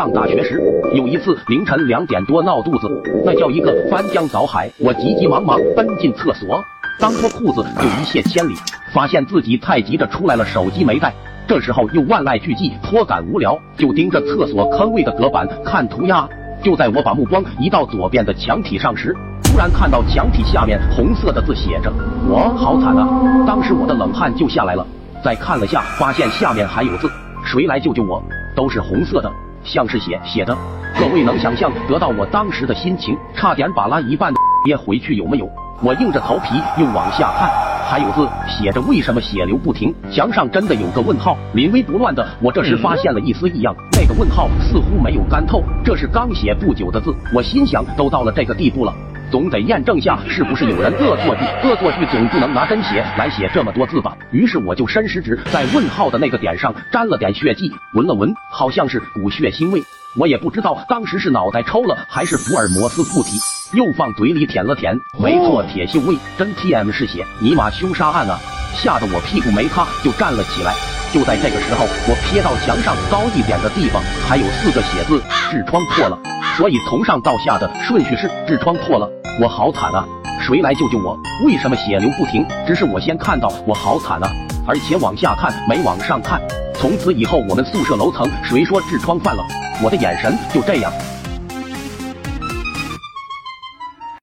上大学时，有一次凌晨2点多闹肚子，那叫一个翻江倒海。我急急忙忙奔进厕所，刚脱裤子就一泻千里，发现自己太急着出来了，手机没带。这时候又万籁俱寂，颇感无聊，就盯着厕所坑位的隔板看涂鸦。就在我把目光移到左边的墙体上时，突然看到墙体下面红色的字写着“我好惨啊”，当时我的冷汗就下来了。再看了下，发现下面还有字“谁来救救我”，都是红色的，像是写着。各位能想象得到我当时的心情，差点把拉一半的憋回去有没有？我硬着头皮又往下看，还有字写着“为什么血流不停”，墙上真的有个问号。临危不乱的我这时发现了一丝异样，那个问号似乎没有干透，这是刚写不久的字。我心想，都到了这个地步了，总得验证下是不是有人恶作剧，恶作剧总不能拿真血来写这么多字吧。于是我就伸食指在问号的那个点上沾了点血迹，闻了闻，好像是骨血腥味。我也不知道当时是脑袋抽了还是福尔摩斯附体，又放嘴里舔了舔，没错，铁锈味，真 TM 是血，尼玛凶杀案啊！吓得我屁股没塌就站了起来。就在这个时候，我瞥到墙上高一点的地方还有4个写字“痔疮破了”，所以从上到下的顺序是痔疮破了。我好惨啊！谁来救救我？为什么血流不停？只是我先看到我好惨啊，而且往下看没往上看。从此以后我们宿舍楼层谁说痔疮犯了，我的眼神就这样